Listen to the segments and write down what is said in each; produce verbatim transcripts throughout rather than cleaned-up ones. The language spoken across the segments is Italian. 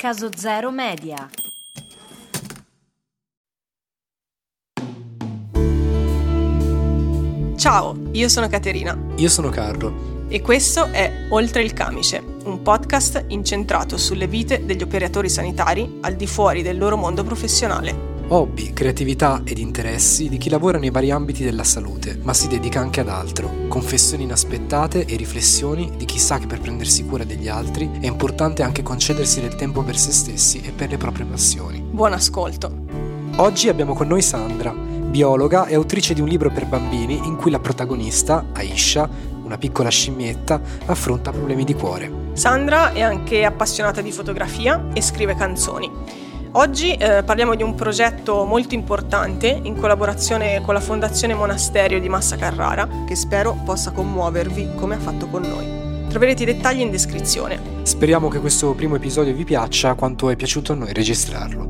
Caso Zero Media. Ciao, io sono Caterina. Io sono Carlo. E questo è Oltre il Camice, un podcast incentrato sulle vite degli operatori sanitari al di fuori del loro mondo professionale. Hobby, creatività ed interessi di chi lavora nei vari ambiti della salute, ma si dedica anche ad altro. Confessioni inaspettate e riflessioni di chi sa che per prendersi cura degli altri è importante anche concedersi del tempo per se stessi e per le proprie passioni. Buon ascolto. Oggi abbiamo con noi Sandra, biologa e autrice di un libro per bambini in cui la protagonista, Aisha, una piccola scimmietta, affronta problemi di cuore. Sandra è anche appassionata di fotografia e scrive canzoni. Oggi eh, parliamo di un progetto molto importante in collaborazione con la Fondazione Monasterio di Massa Carrara, che spero possa commuovervi come ha fatto con noi. Troverete i dettagli in descrizione. Speriamo che questo primo episodio vi piaccia quanto è piaciuto a noi registrarlo.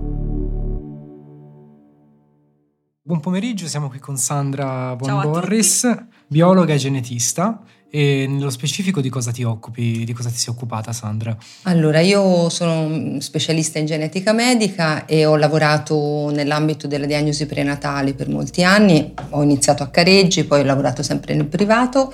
Buon pomeriggio, siamo qui con Sandra Von Borries, biologa e genetista. E nello specifico di cosa ti occupi, di cosa ti sei occupata, Sandra? Allora, io sono specialista in genetica medica e ho lavorato nell'ambito della diagnosi prenatale per molti anni. Ho iniziato a Careggi, poi ho lavorato sempre nel privato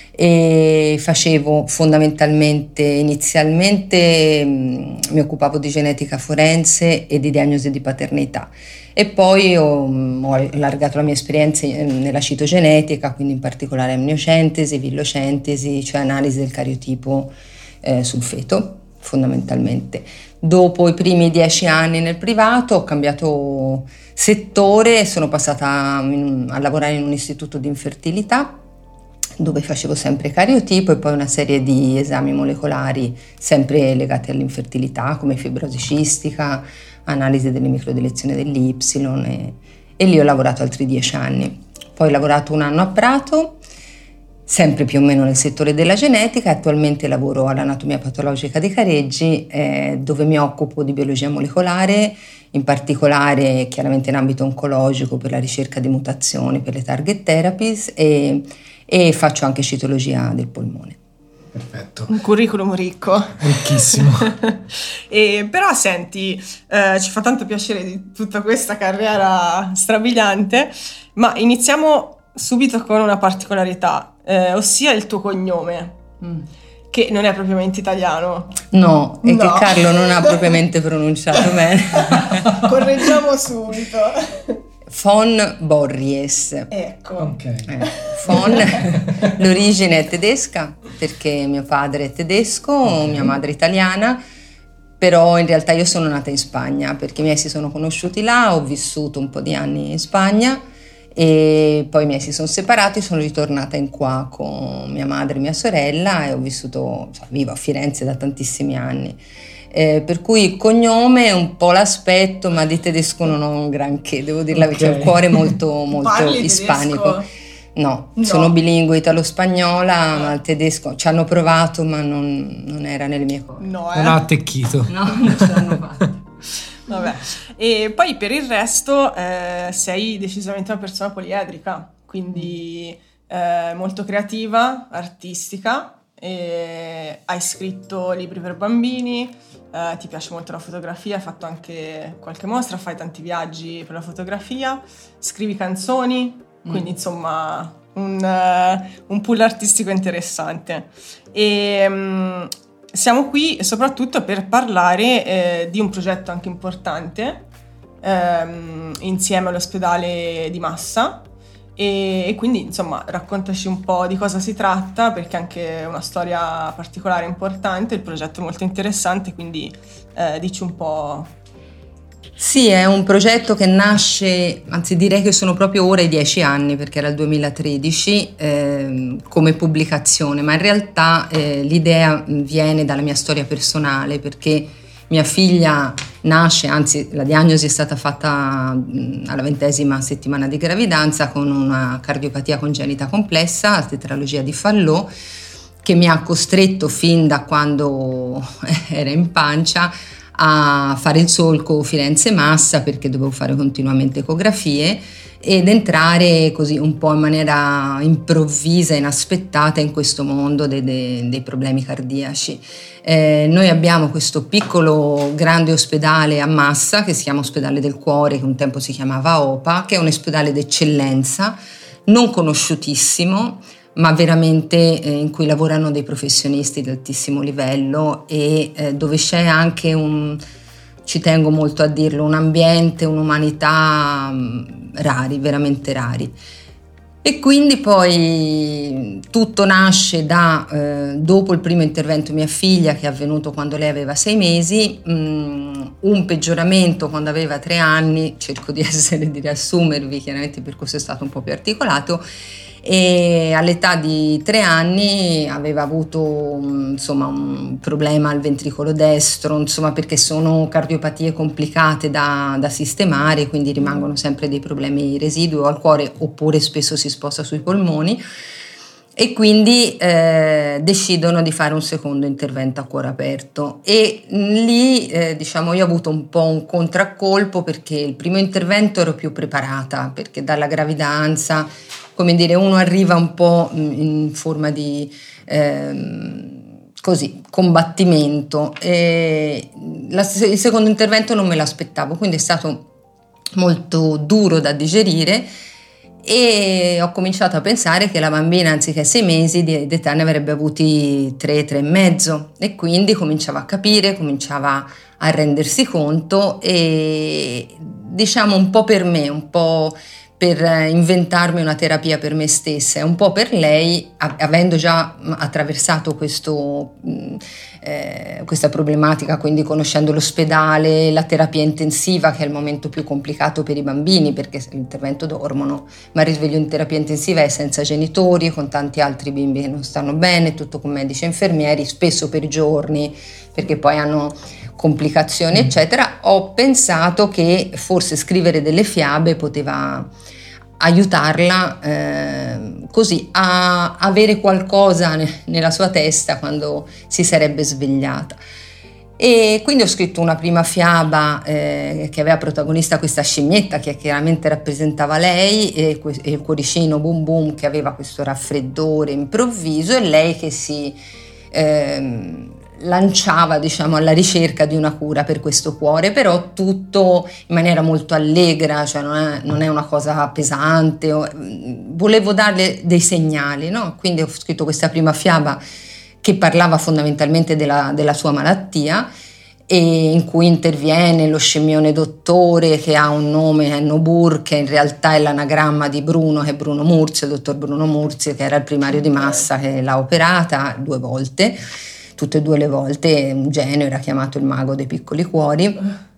e facevo fondamentalmente, inizialmente mh, mi occupavo di genetica forense e di diagnosi di paternità. E poi ho, ho allargato la mia esperienza nella citogenetica, quindi in particolare amniocentesi, villocentesi, cioè analisi del cariotipo eh, sul feto, fondamentalmente. Dopo i primi dieci anni nel privato ho cambiato settore e sono passata in, a lavorare in un istituto di infertilità, dove facevo sempre cariotipo e poi una serie di esami molecolari sempre legati all'infertilità, come fibrosi cistica, analisi delle microdelezioni dell'Y e, e lì ho lavorato altri dieci anni. Poi ho lavorato un anno a Prato, sempre più o meno nel settore della genetica. Attualmente lavoro all'anatomia patologica di Careggi, eh, dove mi occupo di biologia molecolare, in particolare chiaramente in ambito oncologico per la ricerca di mutazioni, per le target therapies e, e faccio anche citologia del polmone. Perfetto. Un curriculum ricco. Ricchissimo. E, però senti, eh, ci fa tanto piacere di tutta questa carriera strabiliante, ma iniziamo subito con una particolarità, eh, ossia il tuo cognome, mm. che non è propriamente italiano. No, e no. che Carlo non ha propriamente pronunciato bene. Correggiamo subito. Von Borries. Ecco. Okay. Eh, von, l'origine è tedesca perché mio padre è tedesco, okay. Mia madre è italiana, però in realtà io sono nata in Spagna perché i miei si sono conosciuti là, ho vissuto un po' di anni in Spagna e poi i miei si sono separati, sono ritornata in qua con mia madre e mia sorella e ho vissuto, cioè, vivo a Firenze da tantissimi anni. Eh, per cui il cognome è un po' l'aspetto, ma di tedesco non ho un granché, devo dire la verità, okay. Il cuore è molto, molto ispanico. No, no, sono bilingue italo-spagnola, ma il tedesco ci hanno provato, ma non, non era nelle mie corde. No, eh? Non ha attecchito. No, non ce l'hanno fatto. Vabbè. E poi per il resto eh, sei decisamente una persona poliedrica, quindi eh, molto creativa, artistica, e hai scritto libri per bambini. Uh, ti piace molto la fotografia, hai fatto anche qualche mostra, fai tanti viaggi per la fotografia, scrivi canzoni, mm. quindi insomma un, uh, un pool artistico interessante. E um, siamo qui soprattutto per parlare eh, di un progetto anche importante ehm, insieme all'ospedale di Massa. E, e quindi insomma raccontaci un po' di cosa si tratta, perché è anche una storia particolare importante, il progetto è molto interessante, quindi eh, dici un po'. Sì, è un progetto che nasce, anzi direi che sono proprio ora i dieci anni, perché era il duemilatredici eh, come pubblicazione, ma in realtà eh, l'idea viene dalla mia storia personale, perché mia figlia nasce, anzi la diagnosi è stata fatta alla ventesima settimana di gravidanza con una cardiopatia congenita complessa, la tetralogia di Fallot, che mi ha costretto fin da quando era in pancia a fare il solco Firenze-Massa perché dovevo fare continuamente ecografie ed entrare così un po' in maniera improvvisa, inaspettata in questo mondo dei, dei, dei problemi cardiaci. Eh, noi abbiamo questo piccolo grande ospedale a Massa che si chiama Ospedale del Cuore, che un tempo si chiamava O P A, che è un ospedale d'eccellenza, non conosciutissimo, ma veramente eh, in cui lavorano dei professionisti di altissimo livello e eh, dove c'è anche un, ci tengo molto a dirlo, un ambiente, un'umanità mh, rari, veramente rari. E quindi poi tutto nasce da, eh, dopo il primo intervento di mia figlia, che è avvenuto quando lei aveva sei mesi, mh, un peggioramento quando aveva tre anni, cerco di essere, di riassumervi, chiaramente il percorso è stato un po' più articolato, e all'età di tre anni aveva avuto insomma un problema al ventricolo destro, insomma perché sono cardiopatie complicate da, da sistemare, quindi rimangono sempre dei problemi residui al cuore oppure spesso si sposta sui polmoni e quindi eh, decidono di fare un secondo intervento a cuore aperto e lì eh, diciamo io ho avuto un po' un contraccolpo perché il primo intervento ero più preparata perché dalla gravidanza, come dire, uno arriva un po' in forma di ehm, così, combattimento e la, il secondo intervento non me l'aspettavo, quindi è stato molto duro da digerire e ho cominciato a pensare che la bambina anziché sei mesi di età ne avrebbe avuti tre, tre e mezzo e quindi cominciava a capire, cominciava a rendersi conto e diciamo un po' per me, un po' per inventarmi una terapia per me stessa e un po' per lei, avendo già attraversato questo, eh, questa problematica, quindi conoscendo l'ospedale, la terapia intensiva che è il momento più complicato per i bambini perché l'intervento dormono, ma il risveglio in terapia intensiva è senza genitori, con tanti altri bimbi che non stanno bene, tutto con medici e infermieri, spesso per giorni perché poi hanno complicazioni eccetera. Ho pensato che forse scrivere delle fiabe poteva aiutarla eh, così a avere qualcosa ne- nella sua testa quando si sarebbe svegliata e quindi ho scritto una prima fiaba eh, che aveva protagonista questa scimmietta che chiaramente rappresentava lei e, que- e il cuoricino boom boom che aveva questo raffreddore improvviso e lei che si eh, lanciava diciamo alla ricerca di una cura per questo cuore, però tutto in maniera molto allegra, cioè non è, non è una cosa pesante, o, volevo darle dei segnali, no? Quindi ho scritto questa prima fiaba che parlava fondamentalmente della, della sua malattia e in cui interviene lo scimmione dottore che ha un nome, Enno Bur, che in realtà è l'anagramma di Bruno, che è Bruno Murzio, il dottor Bruno Murzio, che era il primario di Massa che l'ha operata due volte, tutte e due le volte, un genio, era chiamato il mago dei piccoli cuori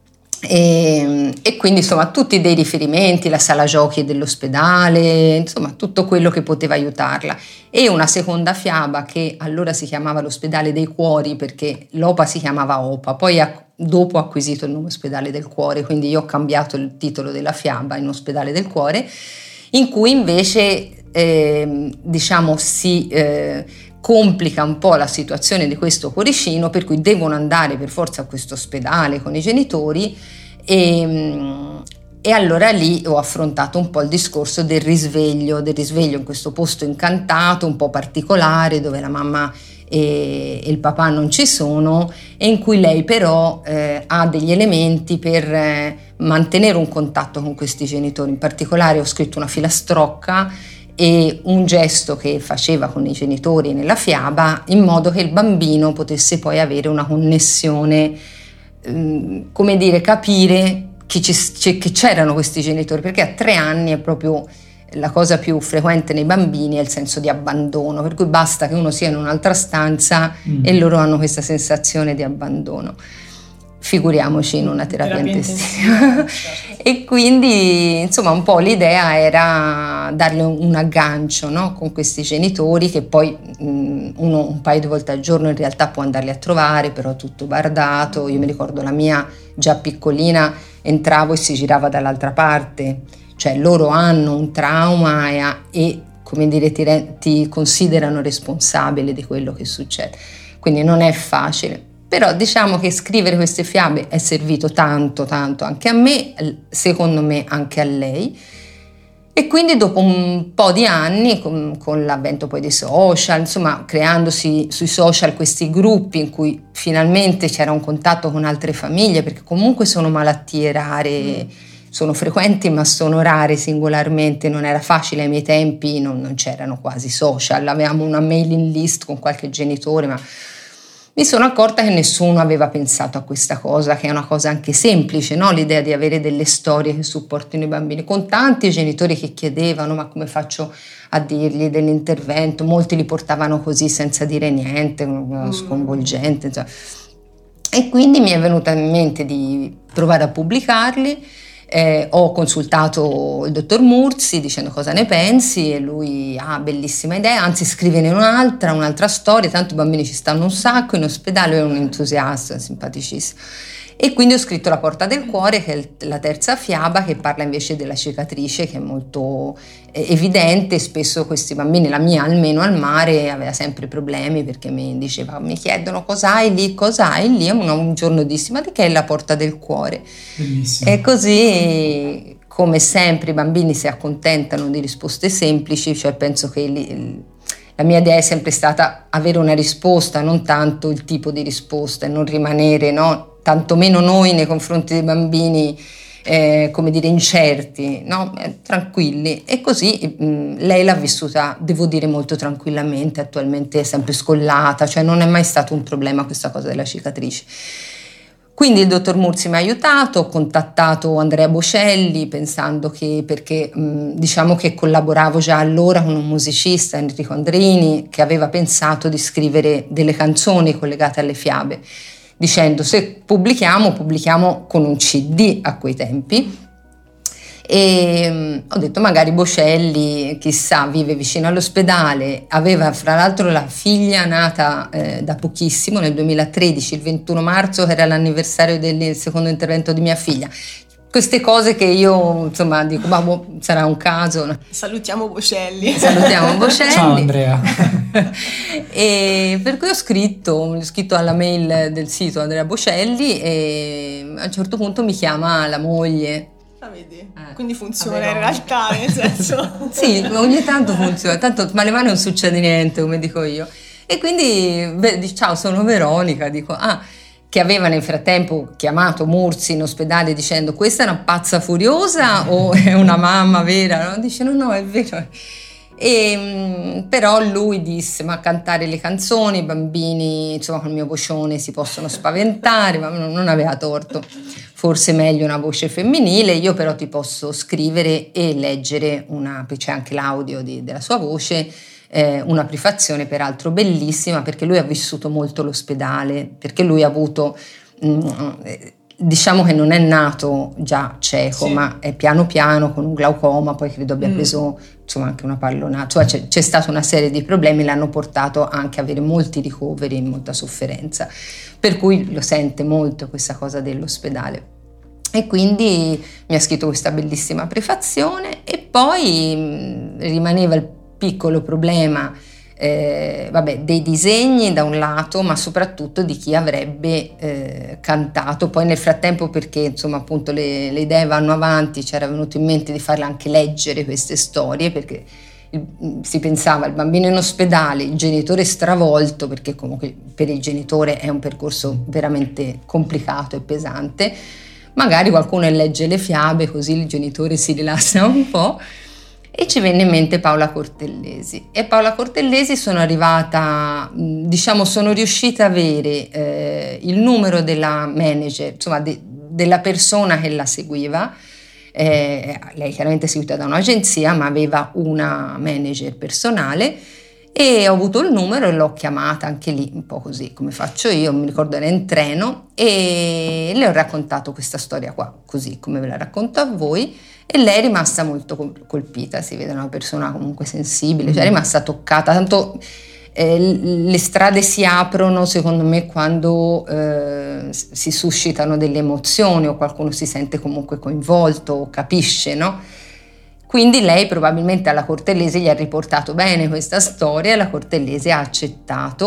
e, e quindi insomma tutti dei riferimenti, la sala giochi dell'ospedale, insomma tutto quello che poteva aiutarla e una seconda fiaba che allora si chiamava l'ospedale dei cuori perché l'O P A si chiamava O P A, poi ha, dopo ha acquisito il nome ospedale del cuore, quindi io ho cambiato il titolo della fiaba in ospedale del cuore, in cui invece eh, diciamo si eh, complica un po' la situazione di questo cuoricino per cui devono andare per forza a questo ospedale con i genitori e, e allora lì ho affrontato un po' il discorso del risveglio, del risveglio in questo posto incantato, un po' particolare dove la mamma e il papà non ci sono e in cui lei però eh, ha degli elementi per eh, mantenere un contatto con questi genitori. In particolare ho scritto una filastrocca e un gesto che faceva con i genitori nella fiaba in modo che il bambino potesse poi avere una connessione, ehm, come dire, capire che, ci, che c'erano questi genitori, perché a tre anni è proprio la cosa più frequente nei bambini è il senso di abbandono, per cui basta che uno sia in un'altra stanza mm. e loro hanno questa sensazione di abbandono. Figuriamoci in una terapia, terapia intensiva. E quindi insomma un po' l'idea era darle un aggancio, no? Con questi genitori che poi mh, uno un paio di volte al giorno in realtà può andarli a trovare, però tutto bardato. Io mi ricordo la mia già piccolina, entravo e si girava dall'altra parte, cioè loro hanno un trauma e, e come dire ti, ti considerano responsabile di quello che succede, quindi non è facile. Però diciamo che scrivere queste fiabe è servito tanto tanto anche a me, secondo me anche a lei. E quindi dopo un po' di anni, con, con l'avvento poi dei social, insomma creandosi sui social questi gruppi in cui finalmente c'era un contatto con altre famiglie, perché comunque sono malattie rare, sono frequenti ma sono rare singolarmente, non era facile ai miei tempi, non, non c'erano quasi social, avevamo una mailing list con qualche genitore, ma mi sono accorta che nessuno aveva pensato a questa cosa, che è una cosa anche semplice, no? L'idea di avere delle storie che supportino i bambini, con tanti genitori che chiedevano ma come faccio a dirgli dell'intervento, molti li portavano così senza dire niente, sconvolgente, insomma. E quindi mi è venuta in mente di provare a pubblicarli. Eh, ho consultato il dottor Murzi dicendo cosa ne pensi e lui ha ah, bellissima idea, anzi scrivene un'altra, un'altra storia, tanto i bambini ci stanno un sacco in ospedale, è un entusiasta, simpaticissimo. E quindi ho scritto La porta del cuore, che è la terza fiaba, che parla invece della cicatrice, che è molto eh, evidente. Spesso questi bambini, la mia almeno al mare, aveva sempre problemi perché mi diceva, mi chiedono cosa hai lì, cosa hai lì, e un, un giorno dissi, ma di che è la porta del cuore? Bellissimo. E così, come sempre, i bambini si accontentano di risposte semplici, cioè penso che li, la mia idea è sempre stata avere una risposta, non tanto il tipo di risposta, e non rimanere, no? Tantomeno noi nei confronti dei bambini, eh, come dire, incerti, no? Eh, tranquilli. E così mh, lei l'ha vissuta, devo dire, molto tranquillamente, attualmente è sempre scollata, cioè non è mai stato un problema questa cosa della cicatrice. Quindi il dottor Murzi mi ha aiutato, ho contattato Andrea Bocelli pensando che, perché mh, diciamo che collaboravo già allora con un musicista, Enrico Andrini, che aveva pensato di scrivere delle canzoni collegate alle fiabe, dicendo se pubblichiamo, pubblichiamo con un C D a quei tempi. E um, ho detto magari Bocelli, chissà, vive vicino all'ospedale, aveva fra l'altro la figlia nata eh, da pochissimo, nel duemilatredici, il ventuno marzo, che era l'anniversario del secondo intervento di mia figlia. Queste cose che io, insomma, dico, ma boh, sarà un caso. Salutiamo Bocelli. Salutiamo Bocelli. Ciao Andrea. E per cui ho scritto, ho scritto alla mail del sito Andrea Bocelli e a un certo punto mi chiama la moglie. Ah, vedi? Eh, Quindi funziona in realtà, nel senso. Sì, ogni tanto funziona, tanto ma le mani non succede niente, come dico io. E quindi, beh, ciao, sono Veronica, dico, ah, che aveva nel frattempo chiamato Murzi in ospedale dicendo questa è una pazza furiosa o è una mamma vera? No? Dice no, no, è vero. E, però lui disse ma cantare le canzoni, i bambini insomma col mio vocione si possono spaventare, ma non, non aveva torto, forse meglio una voce femminile, io però ti posso scrivere e leggere una, c'è anche l'audio di, della sua voce, eh, una prefazione peraltro bellissima perché lui ha vissuto molto l'ospedale, perché lui ha avuto mh, diciamo che non è nato già cieco, sì, ma è piano piano con un glaucoma, poi credo abbia preso mm. insomma anche una pallonata, insomma, c'è, c'è stata una serie di problemi, l'hanno portato anche a avere molti ricoveri, molta sofferenza, per cui lo sente molto questa cosa dell'ospedale. E quindi mi ha scritto questa bellissima prefazione e poi mh, rimaneva il piccolo problema Eh, vabbè, dei disegni da un lato, ma soprattutto di chi avrebbe eh, cantato. Poi nel frattempo, perché insomma appunto le, le idee vanno avanti, c'era venuto in mente di farle anche leggere queste storie, perché il, si pensava il bambino in ospedale, il genitore stravolto, perché comunque per il genitore è un percorso veramente complicato e pesante, magari qualcuno legge le fiabe così il genitore si rilassa un po'. E ci venne in mente Paola Cortellesi. E Paola Cortellesi sono arrivata, diciamo, sono riuscita a avere eh, il numero della manager, insomma, de, della persona che la seguiva. Eh, lei chiaramente è seguita da un'agenzia, ma aveva una manager personale. E ho avuto il numero e l'ho chiamata anche lì, un po' così come faccio io, mi ricordo era in treno, e le ho raccontato questa storia qua, così come ve la racconto a voi. E lei è rimasta molto colpita, si vede una persona comunque sensibile, cioè è rimasta toccata, tanto eh, le strade si aprono secondo me quando eh, si suscitano delle emozioni o qualcuno si sente comunque coinvolto o capisce, no? Quindi lei probabilmente alla Cortellesi gli ha riportato bene questa storia e la Cortellesi ha accettato.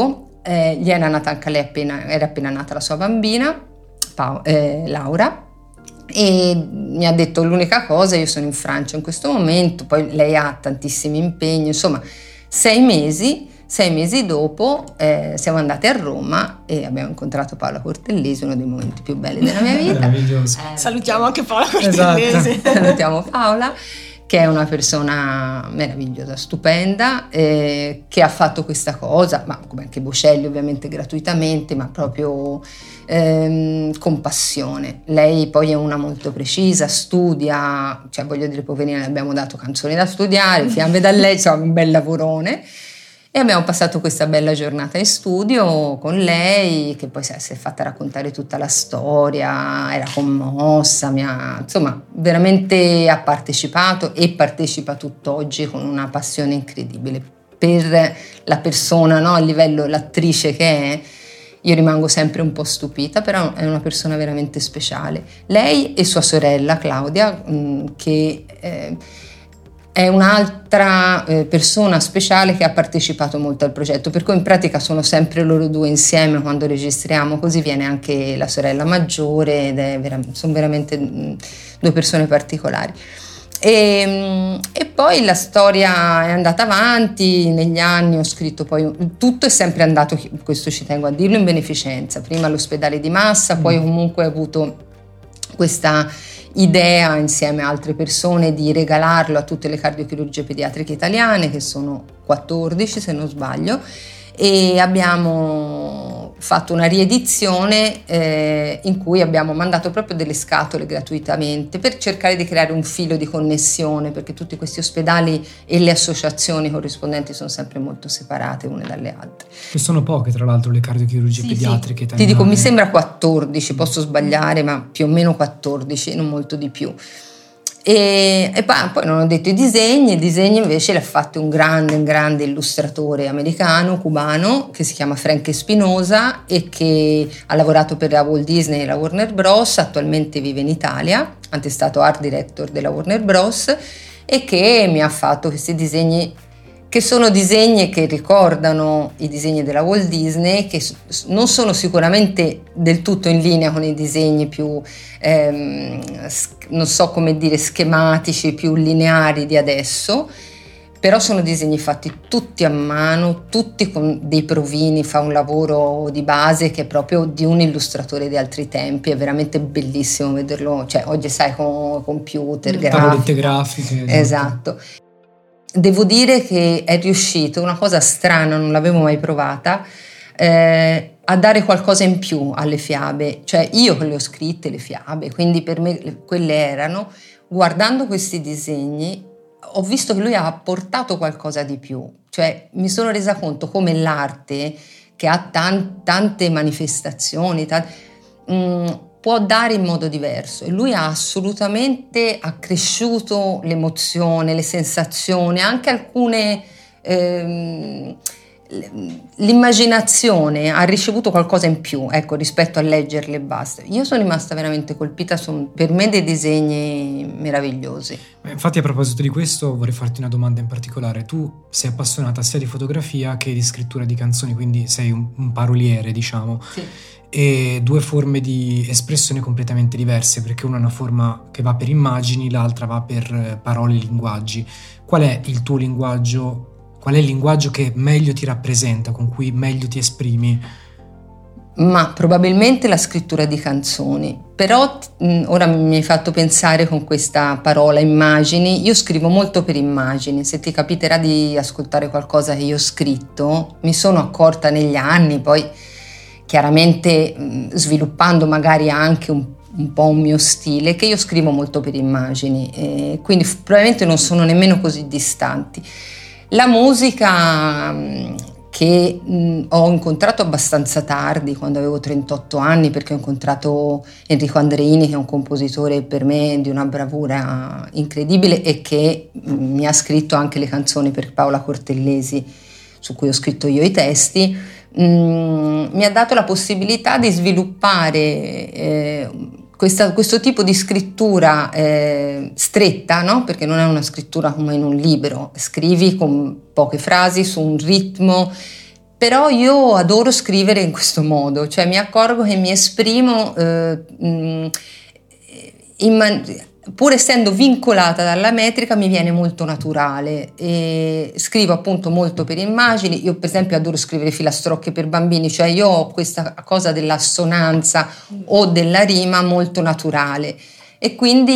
eh, gli era nata anche lei appena, era appena nata la sua bambina, Pao, eh, Laura, e mi ha detto l'unica cosa, io sono in Francia in questo momento, poi lei ha tantissimi impegni, insomma sei mesi, sei mesi dopo eh, siamo andate a Roma e abbiamo incontrato Paola Cortellesi, uno dei momenti più belli della mia vita. Meraviglioso. Eh, salutiamo anche Paola Cortellesi. Esatto. Salutiamo Paola, che è una persona meravigliosa, stupenda, eh, che ha fatto questa cosa, ma come anche Bocelli ovviamente gratuitamente, ma proprio ehm, con passione. Lei poi è una molto precisa, studia, cioè voglio dire, poverina, le abbiamo dato canzoni da studiare, fiamme da lei, insomma un bel lavorone. E abbiamo passato questa bella giornata in studio con lei, che poi si è fatta raccontare tutta la storia, era commossa, mi ha, insomma veramente ha partecipato e partecipa tutt'oggi con una passione incredibile per la persona, no? A livello l'attrice che è. Io rimango sempre un po' stupita, però è una persona veramente speciale. Lei e sua sorella Claudia, mh, che eh, è un'altra eh, persona speciale che ha partecipato molto al progetto, per cui in pratica sono sempre loro due insieme quando registriamo, così viene anche la sorella maggiore ed è vera- sono veramente mh, due persone particolari. E, e poi la storia è andata avanti, negli anni ho scritto poi, tutto è sempre andato, questo ci tengo a dirlo, in beneficenza, prima all'ospedale di Massa, poi comunque ho avuto questa idea insieme a altre persone di regalarlo a tutte le cardiochirurgie pediatriche italiane, che sono quattordici se non sbaglio, e abbiamo fatto una riedizione eh, in cui abbiamo mandato proprio delle scatole gratuitamente per cercare di creare un filo di connessione, perché tutti questi ospedali e le associazioni corrispondenti sono sempre molto separate une dalle altre. Che sono poche tra l'altro le cardiochirurgie sì, pediatriche sì. italiane. Ti dico, mi sembra quattordici, posso sbagliare, ma più o meno quattordici, non molto di più. E, e poi non ho detto i disegni, i disegni invece li ha fatti un grande, un grande illustratore americano, cubano, che si chiama Frank Espinosa e che ha lavorato per la Walt Disney e la Warner Bros, attualmente vive in Italia, anche è stato art director della Warner Bros e che mi ha fatto questi disegni che sono disegni che ricordano i disegni della Walt Disney, che non sono sicuramente del tutto in linea con i disegni più, ehm, non so come dire, schematici, più lineari di adesso, però sono disegni fatti tutti a mano, tutti con dei provini, fa un lavoro di base che è proprio di un illustratore di altri tempi, è veramente bellissimo vederlo, cioè oggi sai con computer, mm, tavolette grafiche. grafiche. Esatto. esatto. Devo dire che è riuscito, una cosa strana, non l'avevo mai provata, eh, a dare qualcosa in più alle fiabe. Cioè io le ho scritte le fiabe, quindi per me le, quelle erano. Guardando questi disegni ho visto che lui ha apportato qualcosa di più. Cioè mi sono resa conto come l'arte, che ha tan, tante manifestazioni, tan, mh, può dare in modo diverso, e lui ha assolutamente accresciuto l'emozione, le sensazioni, anche alcune ehm, l'immaginazione, ha ricevuto qualcosa in più, ecco, rispetto a leggerle e basta. Io sono rimasta veramente colpita, sono per me dei disegni meravigliosi. Infatti, a proposito di questo vorrei farti una domanda in particolare. Tu sei appassionata sia di fotografia che di scrittura di canzoni, quindi sei un, un paroliere, diciamo. Sì. E due forme di espressione completamente diverse, perché una è una forma che va per immagini, l'altra va per parole e linguaggi. Qual è il tuo linguaggio? Qual è il linguaggio che meglio ti rappresenta, con cui meglio ti esprimi? Ma probabilmente la scrittura di canzoni, però mh, ora mi hai fatto pensare con questa parola immagini. Io scrivo molto per immagini, se ti capiterà di ascoltare qualcosa che io ho scritto, mi sono accorta negli anni, poi chiaramente mh, sviluppando magari anche un, un po' un mio stile, che io scrivo molto per immagini, e quindi probabilmente non sono nemmeno così distanti. La musica mh, che mh, ho incontrato abbastanza tardi, quando avevo trentotto anni, perché ho incontrato Enrico Andreini, che è un compositore per me di una bravura incredibile e che mh, mi ha scritto anche le canzoni per Paola Cortellesi, su cui ho scritto io i testi. Mm, mi ha dato la possibilità di sviluppare eh, questa, questo tipo di scrittura eh, stretta, no? Perché non è una scrittura come in un libro, scrivi con poche frasi su un ritmo però io adoro scrivere in questo modo, cioè mi accorgo che mi esprimo eh, in man- pur essendo vincolata dalla metrica mi viene molto naturale, e scrivo appunto molto per immagini. Io per esempio adoro scrivere filastrocche per bambini, cioè io ho questa cosa dell'assonanza o della rima molto naturale e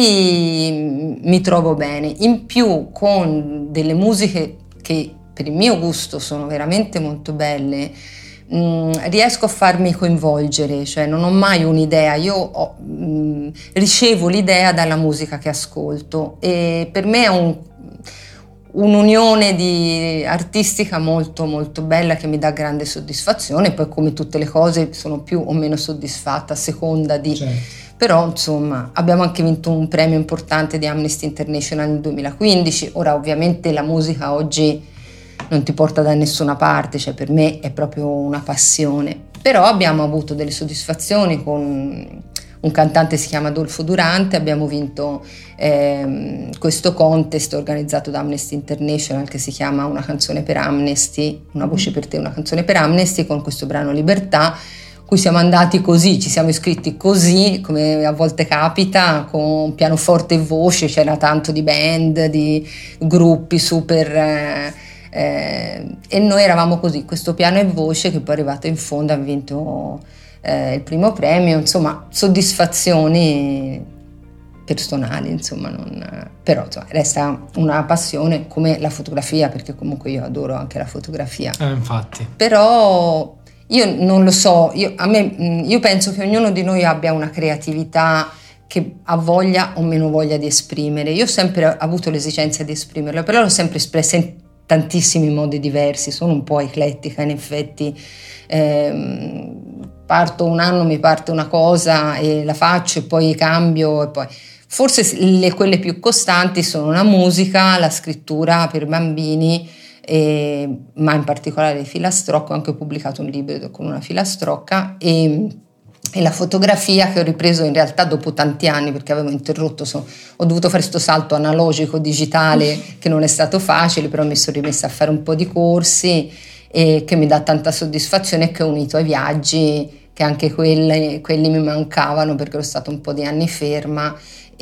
quindi mi trovo bene. In più con delle musiche che per il mio gusto sono veramente molto belle, mh, riesco a farmi coinvolgere, cioè non ho mai un'idea, io ho, mh, ricevo l'idea dalla musica che ascolto e per me è un, un'unione di artistica molto molto bella che mi dà grande soddisfazione. Poi come tutte le cose sono più o meno soddisfatta a seconda di... Certo. Però insomma abbiamo anche vinto un premio importante di Amnesty International nel duemilaquindici. Ora ovviamente la musica oggi non ti porta da nessuna parte, cioè per me è proprio una passione, però abbiamo avuto delle soddisfazioni con un cantante, si chiama Adolfo Durante, abbiamo vinto ehm, questo contest organizzato da Amnesty International che si chiama Una canzone per Amnesty, una voce per te, una canzone per Amnesty, con questo brano Libertà, cui siamo andati così, ci siamo iscritti così, come a volte capita, con pianoforte e voce, c'era tanto di band, di gruppi super... Eh, Eh, e noi eravamo così, questo piano e voce, che poi è arrivato in fondo, ha vinto eh, il primo premio, insomma soddisfazioni personali, insomma, non, però insomma, resta una passione come la fotografia, perché comunque io adoro anche la fotografia. Eh, infatti. Però io non lo so, io, a me, io penso che ognuno di noi abbia una creatività che ha voglia o meno voglia di esprimere. Io ho sempre avuto l'esigenza di esprimerla, però l'ho sempre espressa in tantissimi modi diversi, sono un po' eclettica in effetti, eh, parto un anno, mi parte una cosa e la faccio e poi cambio e poi forse le, quelle più costanti sono la musica, la scrittura per bambini, eh, ma in particolare il filastrocco. Ho anche pubblicato un libro con una filastrocca e e la fotografia, che ho ripreso in realtà dopo tanti anni, perché avevo interrotto, so, ho dovuto fare questo salto analogico digitale che non è stato facile, però mi sono rimessa a fare un po' di corsi e che mi dà tanta soddisfazione, e che ho unito ai viaggi, che anche quelli, quelli mi mancavano perché ero stata un po' di anni ferma.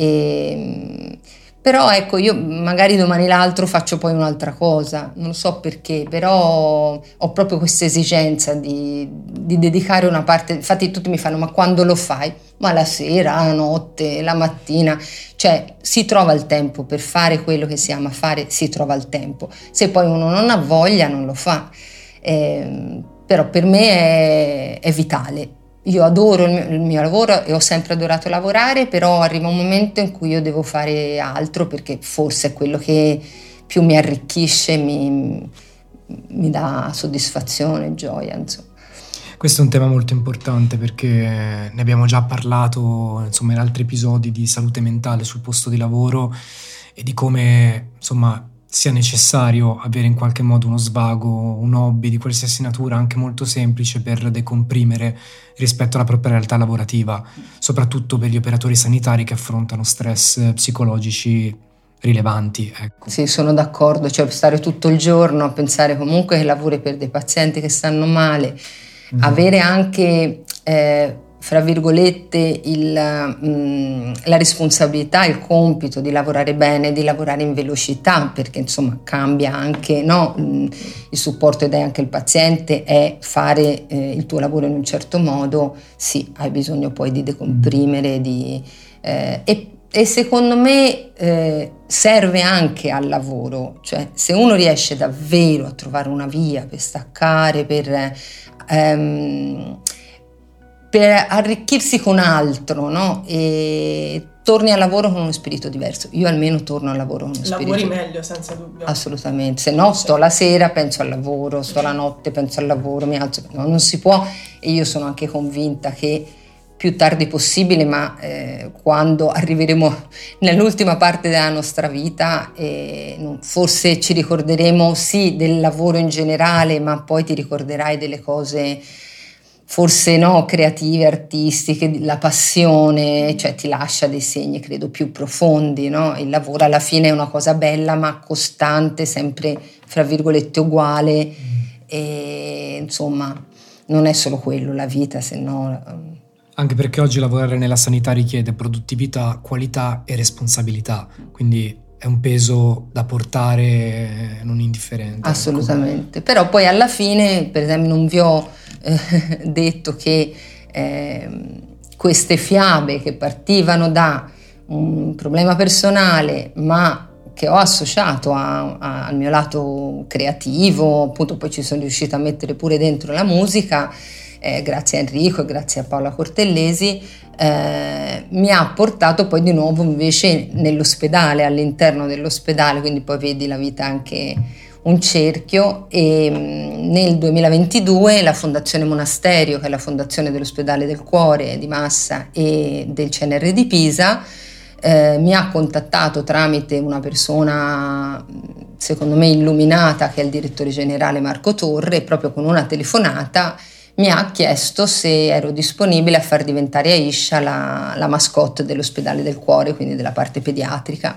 E però ecco, io magari domani l'altro faccio poi un'altra cosa, non so perché, però ho proprio questa esigenza di, di dedicare una parte. Infatti tutti mi fanno: ma quando lo fai? Ma la sera, la notte, la mattina, cioè si trova il tempo per fare quello che si ama fare, si trova il tempo. Se poi uno non ha voglia non lo fa, eh, però per me è, è vitale. Io adoro il mio, il mio lavoro e ho sempre adorato lavorare, però arriva un momento in cui io devo fare altro, perché forse è quello che più mi arricchisce, mi, mi dà soddisfazione, gioia, insomma. Questo è un tema molto importante, perché ne abbiamo già parlato, insomma, in altri episodi di salute mentale sul posto di lavoro e di come, insomma, sia necessario avere in qualche modo uno svago, un hobby di qualsiasi natura, anche molto semplice, per decomprimere rispetto alla propria realtà lavorativa, soprattutto per gli operatori sanitari che affrontano stress psicologici rilevanti. Ecco. Sì, sono d'accordo, cioè stare tutto il giorno a pensare comunque che lavori per dei pazienti che stanno male, mm-hmm. avere anche... Eh, fra virgolette il, mh, la responsabilità, il compito di lavorare bene, di lavorare in velocità, perché insomma cambia anche, no? Mh, il supporto ed è anche il paziente, è fare eh, il tuo lavoro in un certo modo, sì, hai bisogno poi di decomprimere, di, eh, e, e secondo me eh, serve anche al lavoro, cioè se uno riesce davvero a trovare una via per staccare, per... Ehm, per arricchirsi con altro, no? E torni al lavoro con uno spirito diverso. Io almeno torno al lavoro con uno Lavori spirito Lavori meglio, senza dubbio. Assolutamente. Se no, sto la sera, penso al lavoro, sto la notte, penso al lavoro, mi alzo. No, non si può. E io sono anche convinta che più tardi possibile, ma eh, quando arriveremo nell'ultima parte della nostra vita, eh, non, forse ci ricorderemo sì del lavoro in generale, ma poi ti ricorderai delle cose... forse no, creative, artistiche, la passione, cioè ti lascia dei segni, credo, più profondi, no? Il lavoro alla fine è una cosa bella, ma costante, sempre, fra virgolette, uguale, e insomma non è solo quello la vita, se no... Anche perché oggi lavorare nella sanità richiede produttività, qualità e responsabilità, quindi è un peso da portare non indifferente. Assolutamente, ecco. Però poi alla fine, per esempio, non vi ho eh, detto che eh, queste fiabe che partivano da un problema personale, ma che ho associato a, a, al mio lato creativo, appunto poi ci sono riuscita a mettere pure dentro la musica, eh, grazie a Enrico e grazie a Paola Cortellesi, eh, mi ha portato poi di nuovo invece nell'ospedale, all'interno dell'ospedale, quindi poi vedi la vita anche un cerchio, e nel duemilaventidue la Fondazione Monasterio, che è la fondazione dell'Ospedale del Cuore di Massa e del C N R di Pisa, eh, mi ha contattato tramite una persona secondo me illuminata che è il direttore generale Marco Torre, e proprio con una telefonata mi ha chiesto se ero disponibile a far diventare Aisha la, la mascotte dell'Ospedale del Cuore, quindi della parte pediatrica.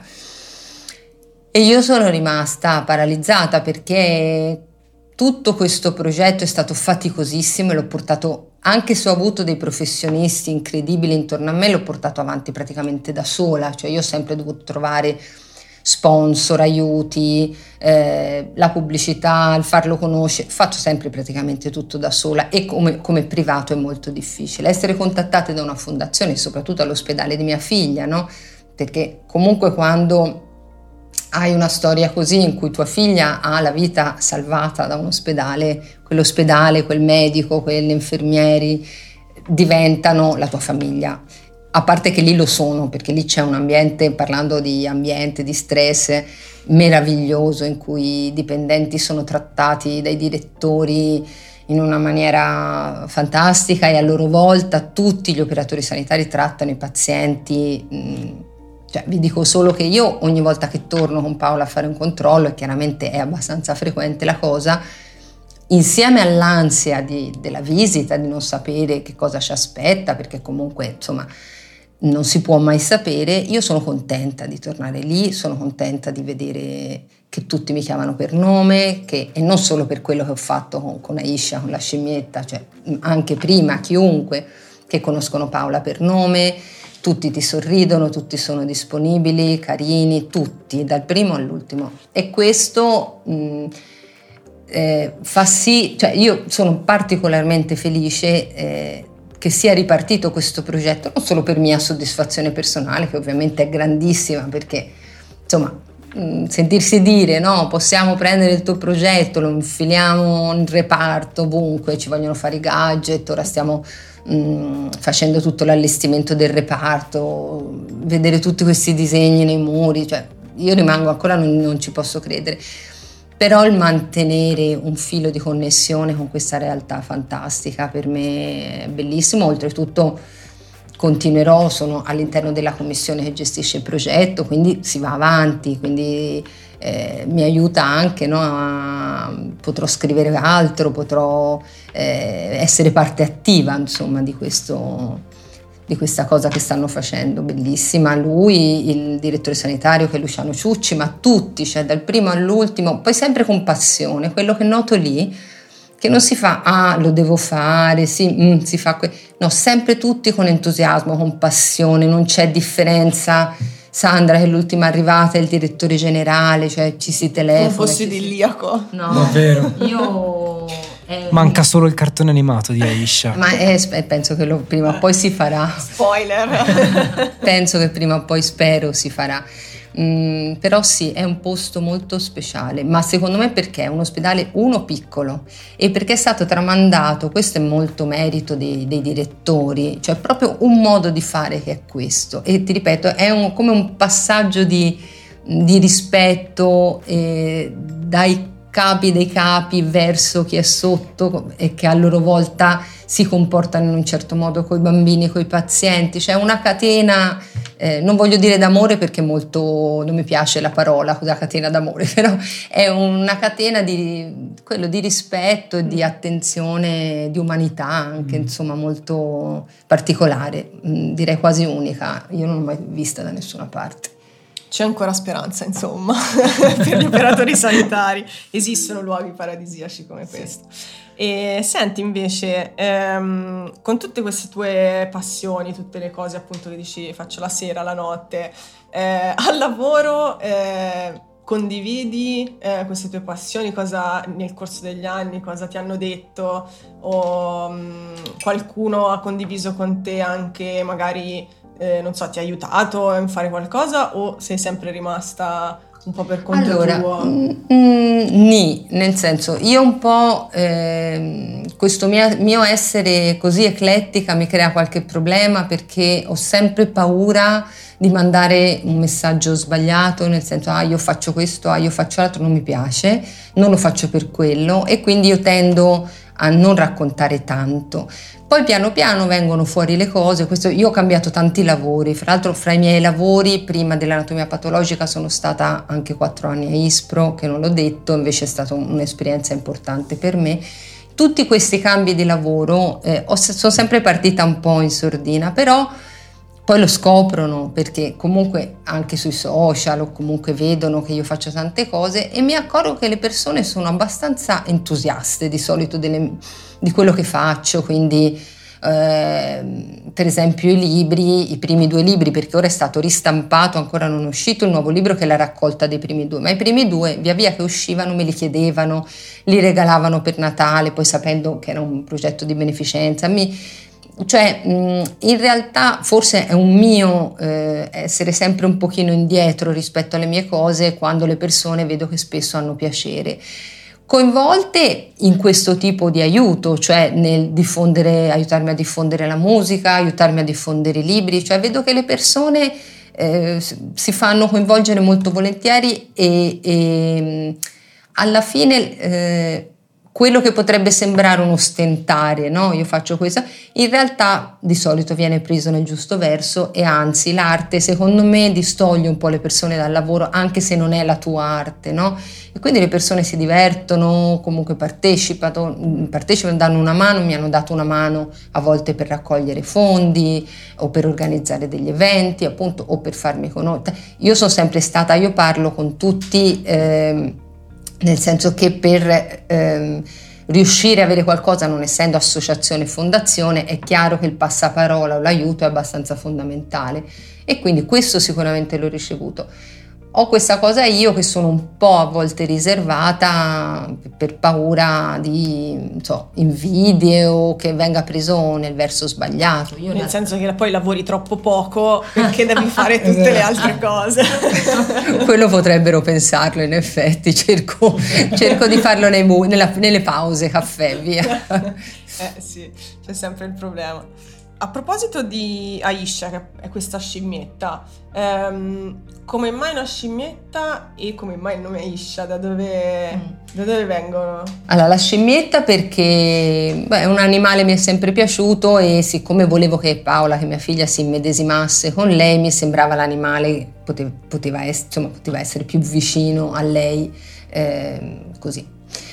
E io sono rimasta paralizzata perché tutto questo progetto è stato faticosissimo e l'ho portato, anche se ho avuto dei professionisti incredibili intorno a me, l'ho portato avanti praticamente da sola, cioè io ho sempre dovuto trovare sponsor, aiuti, eh, la pubblicità, il farlo conoscere, faccio sempre praticamente tutto da sola, e come, come privato è molto difficile. Essere contattate da una fondazione, soprattutto all'ospedale di mia figlia, no? Perché comunque quando hai una storia così in cui tua figlia ha la vita salvata da un ospedale, quell'ospedale, quel medico, quegli infermieri diventano la tua famiglia. A parte che lì lo sono, perché lì c'è un ambiente, parlando di ambiente, di stress, meraviglioso, in cui i dipendenti sono trattati dai direttori in una maniera fantastica, e a loro volta tutti gli operatori sanitari trattano i pazienti. Cioè, vi dico solo che io ogni volta che torno con Paola a fare un controllo, e chiaramente è abbastanza frequente la cosa, insieme all'ansia di, della visita, di non sapere che cosa ci aspetta, perché comunque insomma non si può mai sapere, io sono contenta di tornare lì, sono contenta di vedere che tutti mi chiamano per nome, che, e non solo per quello che ho fatto con, con Aisha, con la scimmietta, cioè anche prima chiunque, che conoscono Paola per nome, tutti ti sorridono, tutti sono disponibili, carini, tutti, dal primo all'ultimo. E questo mh, eh, fa sì, cioè io sono particolarmente felice eh, che sia ripartito questo progetto, non solo per mia soddisfazione personale, che ovviamente è grandissima, perché insomma mh, sentirsi dire no, possiamo prendere il tuo progetto, lo infiliamo in reparto ovunque, ci vogliono fare i gadget, ora stiamo mh, facendo tutto l'allestimento del reparto, vedere tutti questi disegni nei muri, cioè io rimango ancora, non, non ci posso credere. Però il mantenere un filo di connessione con questa realtà fantastica per me è bellissimo. Oltretutto continuerò, sono all'interno della commissione che gestisce il progetto, quindi si va avanti, quindi eh, mi aiuta anche, no, a, potrò scrivere altro, potrò eh, essere parte attiva insomma di questo, di questa cosa che stanno facendo, bellissima. Lui, il direttore sanitario che è Luciano Ciucci, ma tutti, cioè dal primo all'ultimo, poi sempre con passione. Quello che noto lì, che non si fa, ah lo devo fare, sì, mm, si fa, que-. No, sempre tutti con entusiasmo, con passione, non c'è differenza. Sandra, che è l'ultima arrivata, è il direttore generale, cioè ci si telefona. Come fossi idilliaco. No, davvero. Io... Eh, Manca solo il cartone animato di Aisha. Ma è, penso che lo, prima o poi si farà. Spoiler. Penso che prima o poi, spero, si farà. Mm, però sì, è un posto molto speciale, ma secondo me perché è un ospedale, uno, piccolo, e perché è stato tramandato, questo è molto merito dei, dei direttori, cioè proprio un modo di fare che è questo. E ti ripeto, è un, come un passaggio di, di rispetto eh, dai capi dei capi verso chi è sotto, e che a loro volta si comportano in un certo modo coi bambini, coi pazienti. C'è una catena, eh, non voglio dire d'amore perché molto non mi piace la parola, la catena d'amore, però è una catena di quello di rispetto e di attenzione, di umanità anche, mm. insomma molto particolare, direi quasi unica, io non l'ho mai vista da nessuna parte. c'è ancora speranza, insomma, per gli operatori sanitari. Esistono luoghi paradisiaci come questo. E senti invece, ehm, con tutte queste tue passioni, tutte le cose appunto che dici faccio la sera, la notte, eh, al lavoro eh, condividi eh, queste tue passioni? Cosa nel corso degli anni, cosa ti hanno detto? O mh, qualcuno ha condiviso con te anche magari, eh, non so, ti ha aiutato a fare qualcosa, o sei sempre rimasta un po' per conto allora, tuo? Mm, nì, nel senso, io un po' eh, questo mio, mio essere così eclettica mi crea qualche problema, perché ho sempre paura di mandare un messaggio sbagliato, nel senso ah io faccio questo, ah io faccio l'altro, non mi piace, non lo faccio per quello, e quindi io tendo a non raccontare tanto. Poi piano piano vengono fuori le cose. Questo, io ho cambiato tanti lavori, fra l'altro fra i miei lavori prima dell'anatomia patologica sono stata anche quattro anni a Ispro, che non l'ho detto, invece è stata un'esperienza importante per me. Tutti questi cambi di lavoro eh, ho, sono sempre partita un po' in sordina, però poi lo scoprono, perché comunque anche sui social o comunque vedono che io faccio tante cose, e mi accorgo che le persone sono abbastanza entusiaste di solito delle, di quello che faccio. Quindi eh, per esempio i libri, i primi due libri, perché ora è stato ristampato, ancora non è uscito il nuovo libro che è la raccolta dei primi due, ma i primi due via via che uscivano me li chiedevano, li regalavano per Natale, poi sapendo che era un progetto di beneficenza. Mi Cioè, in realtà forse è un mio eh, essere sempre un pochino indietro rispetto alle mie cose, quando le persone vedo che spesso hanno piacere. Coinvolte in questo tipo di aiuto, cioè nel diffondere, aiutarmi a diffondere la musica, aiutarmi a diffondere i libri, cioè vedo che le persone eh, si fanno coinvolgere molto volentieri, e, e alla fine eh, quello che potrebbe sembrare un ostentare, no? Io faccio questo, in realtà di solito viene preso nel giusto verso, e anzi l'arte secondo me distoglie un po' le persone dal lavoro, anche se non è la tua arte, no? E quindi le persone si divertono, comunque partecipano, partecipano, danno una mano, mi hanno dato una mano a volte per raccogliere fondi o per organizzare degli eventi, appunto, o per farmi conoscere. Io sono sempre stata, io parlo con tutti, eh, nel senso che per ehm, riuscire a avere qualcosa, non essendo associazione e fondazione, è chiaro che il passaparola o l'aiuto è abbastanza fondamentale, e quindi questo sicuramente l'ho ricevuto. Ho questa cosa io che sono un po' a volte riservata per paura di, non so, invidie o che venga preso nel verso sbagliato. Io Nel la... senso che poi lavori troppo poco perché devi fare tutte le altre cose. Quello potrebbero pensarlo, in effetti, cerco, cerco di farlo nei, nella, nelle pause caffè, via. Eh sì, c'è sempre il problema. A proposito di Aisha, che è questa scimmietta, ehm, come mai una scimmietta e come mai il nome Aisha? Da dove, mm. da dove vengono? Allora, la scimmietta perché beh, è un animale, mi è sempre piaciuto, e siccome volevo che Paola, che mia figlia, si immedesimasse con lei, mi sembrava l'animale poteva, poteva, essere, insomma, poteva essere più vicino a lei, eh, così.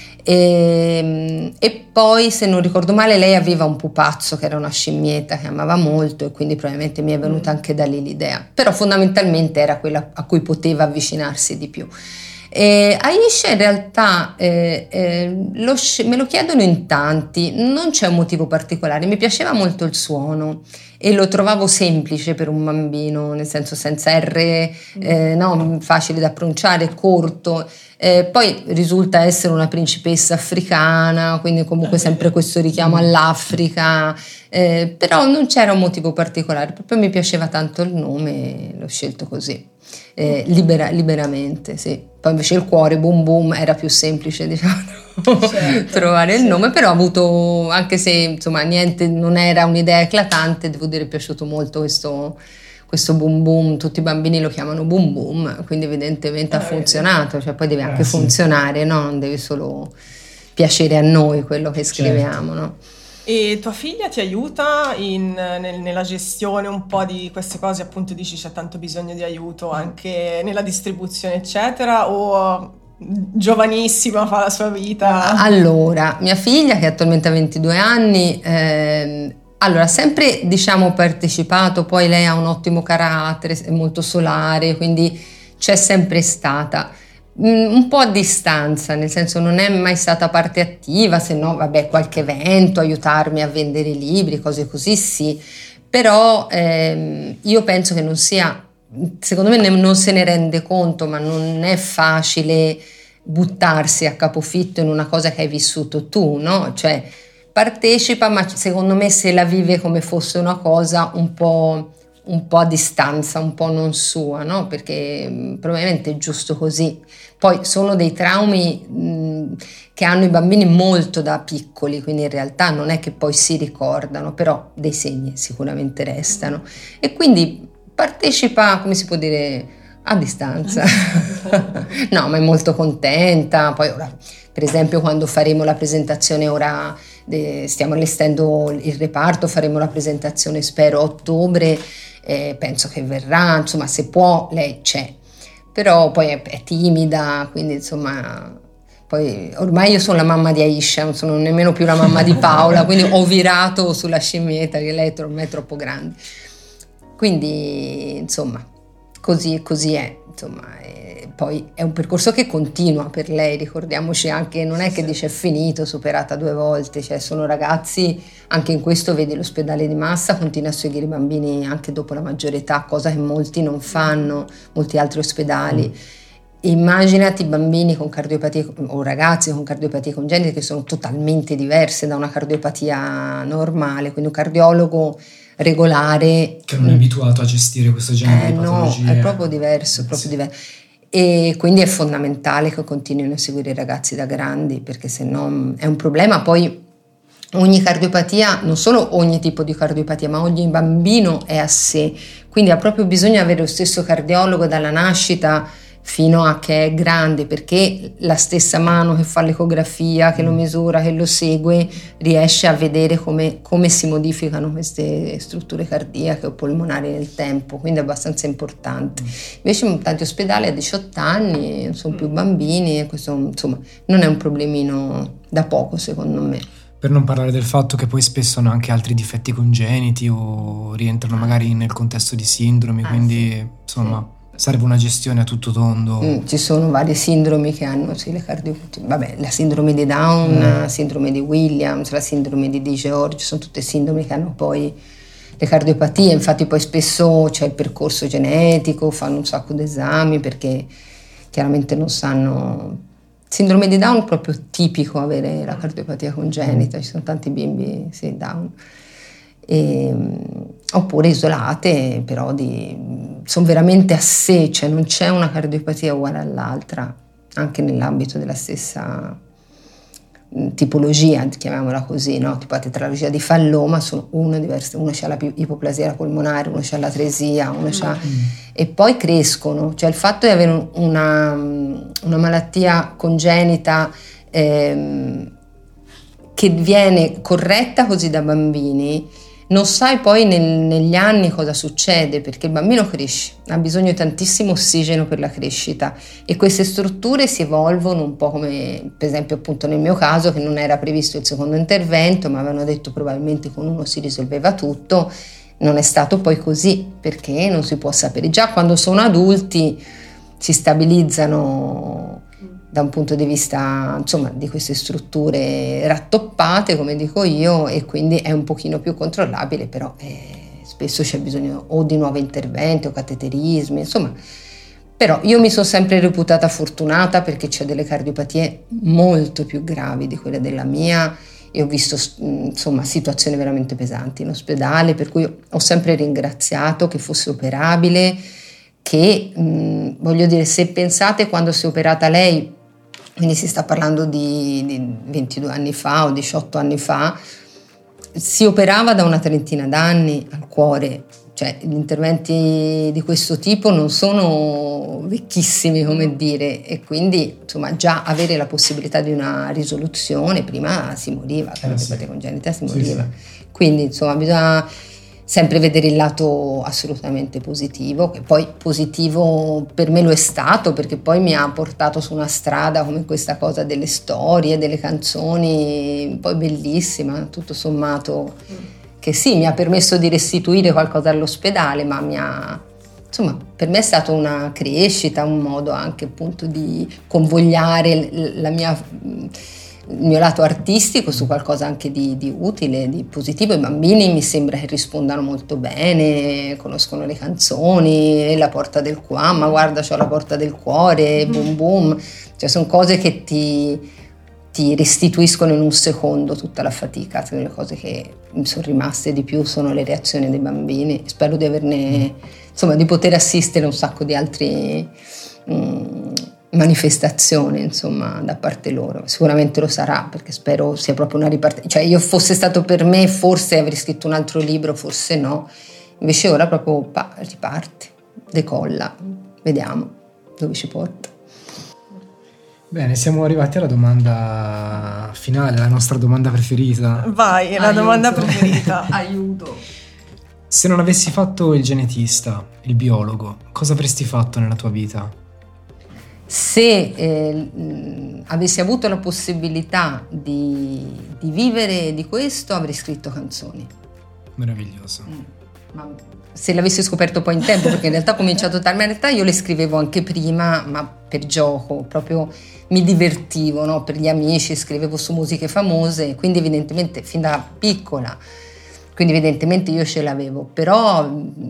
E, e poi, se non ricordo male, lei aveva un pupazzo che era una scimmietta che amava molto, e quindi probabilmente mi è venuta anche da lì l'idea, però fondamentalmente era quella a cui poteva avvicinarsi di più. E Aisha in realtà eh, eh, lo, me lo chiedono in tanti, non c'è un motivo particolare, mi piaceva molto il suono e lo trovavo semplice per un bambino, nel senso senza R, eh, no, facile da pronunciare, corto. Eh, poi risulta essere una principessa africana, quindi comunque sempre questo richiamo all'Africa, eh, però non c'era un motivo particolare, proprio mi piaceva tanto il nome e l'ho scelto così, eh, libera, liberamente, sì. Poi invece il cuore, boom boom, era più semplice, diciamo, certo, trovare il nome, però ho avuto, anche se insomma niente, non era un'idea eclatante, devo dire, è piaciuto molto questo questo boom boom, tutti i bambini lo chiamano boom boom, quindi evidentemente eh, ha funzionato, cioè poi deve anche eh, funzionare, sì. No? Non deve solo piacere a noi quello che scriviamo, certo. No? E tua figlia ti aiuta in, nel, nella gestione un po' di queste cose, appunto dici c'è tanto bisogno di aiuto anche nella distribuzione eccetera, o giovanissima fa la sua vita? Allora, mia figlia che attualmente ha ventidue anni, ehm, allora, sempre diciamo partecipato, poi lei ha un ottimo carattere, è molto solare, quindi c'è sempre stata, un po' a distanza, nel senso non è mai stata parte attiva, se no vabbè qualche evento, aiutarmi a vendere libri, cose così sì, però ehm, io penso che non sia, secondo me non se ne rende conto, ma non è facile buttarsi a capofitto in una cosa che hai vissuto tu, no? Cioè partecipa, ma secondo me se la vive come fosse una cosa un po', un po' a distanza, un po' non sua, no? Perché probabilmente è giusto così. Poi sono dei traumi mh, che hanno i bambini molto da piccoli, quindi in realtà non è che poi si ricordano, però dei segni sicuramente restano. E quindi partecipa, come si può dire, a distanza. No, ma è molto contenta. Poi ora, per esempio, quando faremo la presentazione, ora de, stiamo allestendo il reparto, faremo la presentazione spero a ottobre, eh, penso che verrà, insomma se può lei c'è, però poi è, è timida, quindi insomma poi ormai io sono la mamma di Aisha, non sono nemmeno più la mamma di Paola, quindi ho virato sulla scimmietta che lei ormai è troppo grande, quindi insomma così, così è, insomma, e poi è un percorso che continua per lei, ricordiamoci anche, non è che dice è finito, superata due volte, cioè sono ragazzi, anche in questo vedi l'ospedale di Massa continua a seguire i bambini anche dopo la maggiore età, cosa che molti non fanno, molti altri ospedali. Mm. Immaginati bambini con cardiopatie o ragazzi con cardiopatie congenite che sono totalmente diverse da una cardiopatia normale, quindi un cardiologo regolare che non è abituato a gestire questo genere eh, di patologie. No, è proprio diverso, è proprio sì. diverso. E quindi è fondamentale che continuino a seguire i ragazzi da grandi, perché se no è un problema. Poi ogni cardiopatia, non solo ogni tipo di cardiopatia, ma ogni bambino è a sé, quindi ha proprio bisogno di avere lo stesso cardiologo dalla nascita fino a che è grande, perché la stessa mano che fa l'ecografia, che lo misura, che lo segue, riesce a vedere come, come si modificano queste strutture cardiache o polmonari nel tempo, quindi è abbastanza importante. Invece in tanti ospedali a diciotto anni non sono più bambini e questo insomma non è un problemino da poco secondo me. Per non parlare del fatto che poi spesso hanno anche altri difetti congeniti o rientrano magari nel contesto di sindromi, ah, quindi sì, insomma sì. Serve una gestione a tutto tondo. Mm, ci sono varie sindromi che hanno sì, le cardiopatie. Vabbè, la sindrome di Down, mm. la sindrome di Williams, la sindrome di Di George, sono tutte sindromi che hanno poi le cardiopatie. Infatti poi spesso c'è il percorso genetico, fanno un sacco di esami perché chiaramente non sanno. Sindrome di Down è proprio tipico avere la cardiopatia congenita, ci sono tanti bimbi sì, Down. E, oppure isolate, però di, sono veramente a sé, cioè non c'è una cardiopatia uguale all'altra, anche nell'ambito della stessa tipologia, chiamiamola così, no? Tipo la tetralogia di Falloma, sono uno diverso, uno c'ha la ipoplasia polmonare, uno c'ha l'atresia, uno c'ha... Mm. E poi crescono, cioè il fatto di avere una, una malattia congenita ehm, che viene corretta così da bambini, non sai poi nel, negli anni cosa succede, perché il bambino cresce, ha bisogno di tantissimo ossigeno per la crescita e queste strutture si evolvono un po' come per esempio appunto nel mio caso, che non era previsto il secondo intervento, ma avevano detto probabilmente con uno si risolveva tutto. Non è stato poi così, perché non si può sapere. Già quando sono adulti si stabilizzano da un punto di vista, insomma, di queste strutture rattoppate, come dico io, e quindi è un pochino più controllabile, però eh, spesso c'è bisogno o di nuovi interventi o cateterismi, insomma. Però io mi sono sempre reputata fortunata perché c'è delle cardiopatie molto più gravi di quelle della mia e ho visto insomma situazioni veramente pesanti in ospedale, per cui ho sempre ringraziato che fosse operabile, che mh, voglio dire, se pensate quando si è operata lei, quindi si sta parlando di, di ventidue anni fa o diciotto anni fa, si operava da una trentina d'anni al cuore, cioè gli interventi di questo tipo non sono vecchissimi, come dire, e quindi insomma già avere la possibilità di una risoluzione, prima si moriva, per la cardiopatia congenita si moriva, sì, sì. Quindi insomma bisogna sempre vedere il lato assolutamente positivo, che poi positivo per me lo è stato, perché poi mi ha portato su una strada come questa cosa delle storie, delle canzoni, poi bellissima, tutto sommato, mm. che sì, mi ha permesso di restituire qualcosa all'ospedale, ma mi ha insomma, per me è stata una crescita, un modo anche appunto di convogliare la mia, il mio lato artistico su qualcosa anche di, di utile, di positivo. I bambini mi sembra che rispondano molto bene, conoscono le canzoni, la porta del qua, ma guarda c'ho la porta del cuore, boom boom, cioè sono cose che ti, ti restituiscono in un secondo tutta la fatica. Le cose che mi sono rimaste di più sono le reazioni dei bambini, spero di averne, insomma, di poter assistere a un sacco di altre mh, manifestazioni, insomma, da parte loro. Sicuramente lo sarà, perché spero sia proprio una ripartenza. Cioè, io fosse stato per me, forse avrei scritto un altro libro, forse no. Invece ora proprio pa, riparte, decolla, vediamo dove ci porta. Bene, siamo arrivati alla domanda finale, la nostra domanda preferita. Vai, è la Aiuto. domanda preferita. Aiuto. Se non avessi fatto il genetista, il biologo, cosa avresti fatto nella tua vita? Se eh, avessi avuto la possibilità di, di vivere di questo, avrei scritto canzoni. Meraviglioso. Mm. Ma se l'avessi scoperto poi in tempo, perché in realtà ho cominciato tardi, ma in realtà io le scrivevo anche prima, ma per gioco, proprio mi divertivo, no? Per gli amici, scrivevo su musiche famose, quindi evidentemente fin da piccola, quindi evidentemente io ce l'avevo, però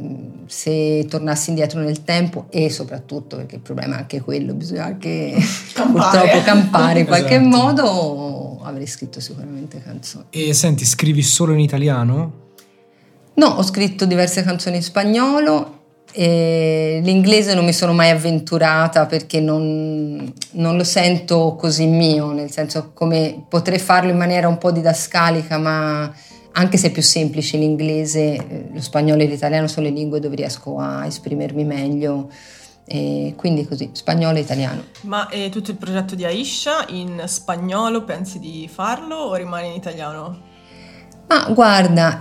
se tornassi indietro nel tempo, e soprattutto perché il problema è anche quello, bisogna anche Campare. purtroppo campare in qualche Esatto. modo, avrei scritto sicuramente canzoni. E senti, scrivi solo in italiano? No, ho scritto diverse canzoni in spagnolo, e l'inglese non mi sono mai avventurata perché non, non lo sento così mio, nel senso, come potrei farlo in maniera un po' didascalica, ma anche se è più semplice l'inglese, lo spagnolo e l'italiano sono le lingue dove riesco a esprimermi meglio, e quindi così, spagnolo e italiano. Ma è tutto il progetto di Aisha in spagnolo, pensi di farlo o rimane in italiano? Ma guarda,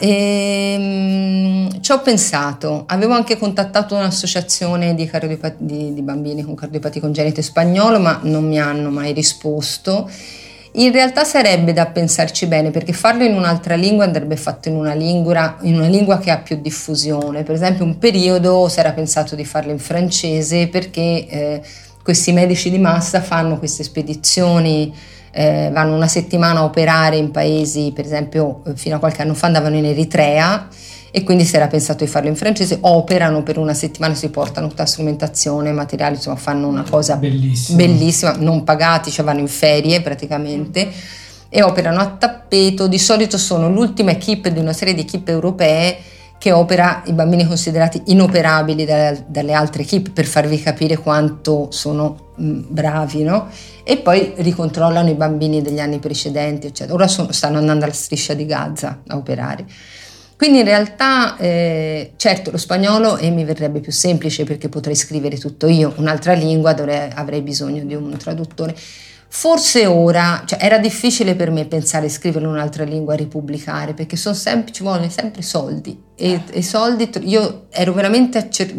ehm, ci ho pensato, avevo anche contattato un'associazione di, cardiopat- di, di bambini con cardiopatia congenita in spagnolo, ma non mi hanno mai risposto. In realtà sarebbe da pensarci bene, perché farlo in un'altra lingua andrebbe fatto in una lingua, in una lingua che ha più diffusione. Per esempio, un periodo si era pensato di farlo in francese, perché eh, questi medici di massa fanno queste spedizioni, eh, vanno una settimana a operare in paesi, per esempio fino a qualche anno fa andavano in Eritrea, e quindi si era pensato di farlo in francese, operano per una settimana, si portano tutta la strumentazione, materiali, insomma fanno una cosa Bellissimo. bellissima, non pagati, cioè vanno in ferie praticamente, e operano a tappeto. Di solito sono l'ultima equipe di una serie di equipe europee che opera i bambini considerati inoperabili dalle, dalle altre equipe, per farvi capire quanto sono mh, bravi, no? E poi ricontrollano i bambini degli anni precedenti, eccetera. Ora sono, stanno andando alla striscia di Gaza a operare. Quindi in realtà, eh, certo, lo spagnolo e mi verrebbe più semplice perché potrei scrivere tutto io. Un'altra lingua dovrei, avrei bisogno di un traduttore. Forse ora, cioè era difficile per me pensare di scrivere in un'altra lingua, ripubblicare, perché sono sempre, ci vogliono sempre soldi. E i soldi, io ero veramente a cer-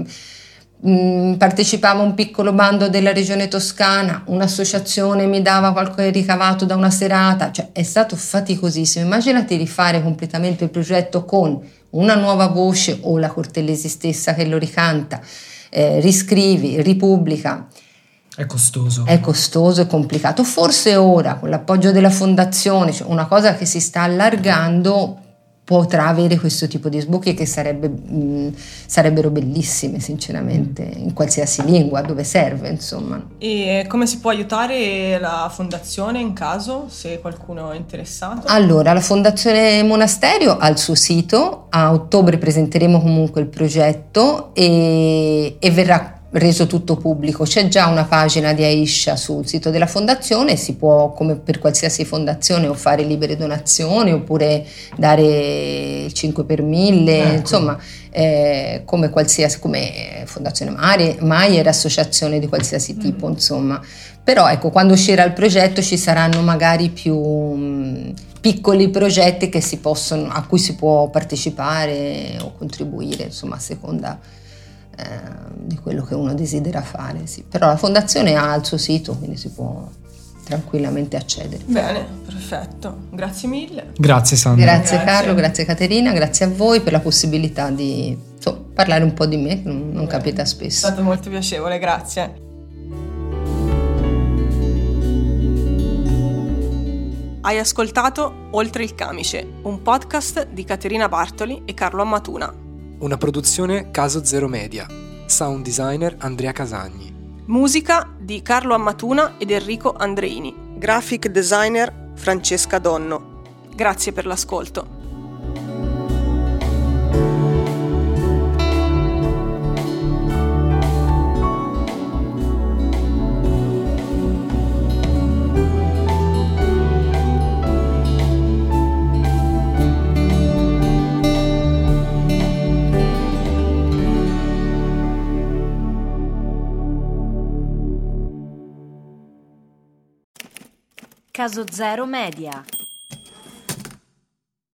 partecipavo a un piccolo bando della regione Toscana, un'associazione mi dava qualche ricavato da una serata, cioè è stato faticosissimo. Immaginati rifare completamente il progetto con una nuova voce o la Cortellesi stessa che lo ricanta, eh, riscrivi, ripubblica. È costoso. È costoso e complicato. Forse ora, con l'appoggio della fondazione, cioè una cosa che si sta allargando, potrà avere questo tipo di sbocchi che sarebbe, mh, sarebbero bellissime, sinceramente, in qualsiasi lingua, dove serve, insomma. E come si può aiutare la fondazione in caso, se qualcuno è interessato? Allora, la Fondazione Monasterio ha il suo sito, a ottobre presenteremo comunque il progetto e, e verrà reso tutto pubblico. C'è già una pagina di Aisha sul sito della fondazione, si può, come per qualsiasi fondazione, o fare libere donazioni oppure dare il cinque per mille, ecco. Insomma, eh, come qualsiasi, come Fondazione Maier, associazione di qualsiasi tipo, mm. insomma. Però ecco, quando uscirà il progetto ci saranno magari più mh, piccoli progetti che si possono, a cui si può partecipare o contribuire, insomma, a seconda di quello che uno desidera fare, sì. Però la fondazione ha il suo sito, quindi si può, tranquillamente accedere. Bene, perfetto, grazie mille. Grazie Sandra. Grazie, Grazie. Carlo, grazie Caterina, grazie a voi per la possibilità di insomma, parlare un po' di me, che non, non capita È spesso. stato molto piacevole, grazie. Hai ascoltato Oltre il camice, un podcast di Caterina Bartoli e Carlo Ammatuna. Una produzione Caso Zero Media. Sound designer Andrea Casagni. Musica di Carlo Ammatuna ed Enrico Andreini. Graphic designer Francesca Donno. Grazie per l'ascolto. Caso Zero Media.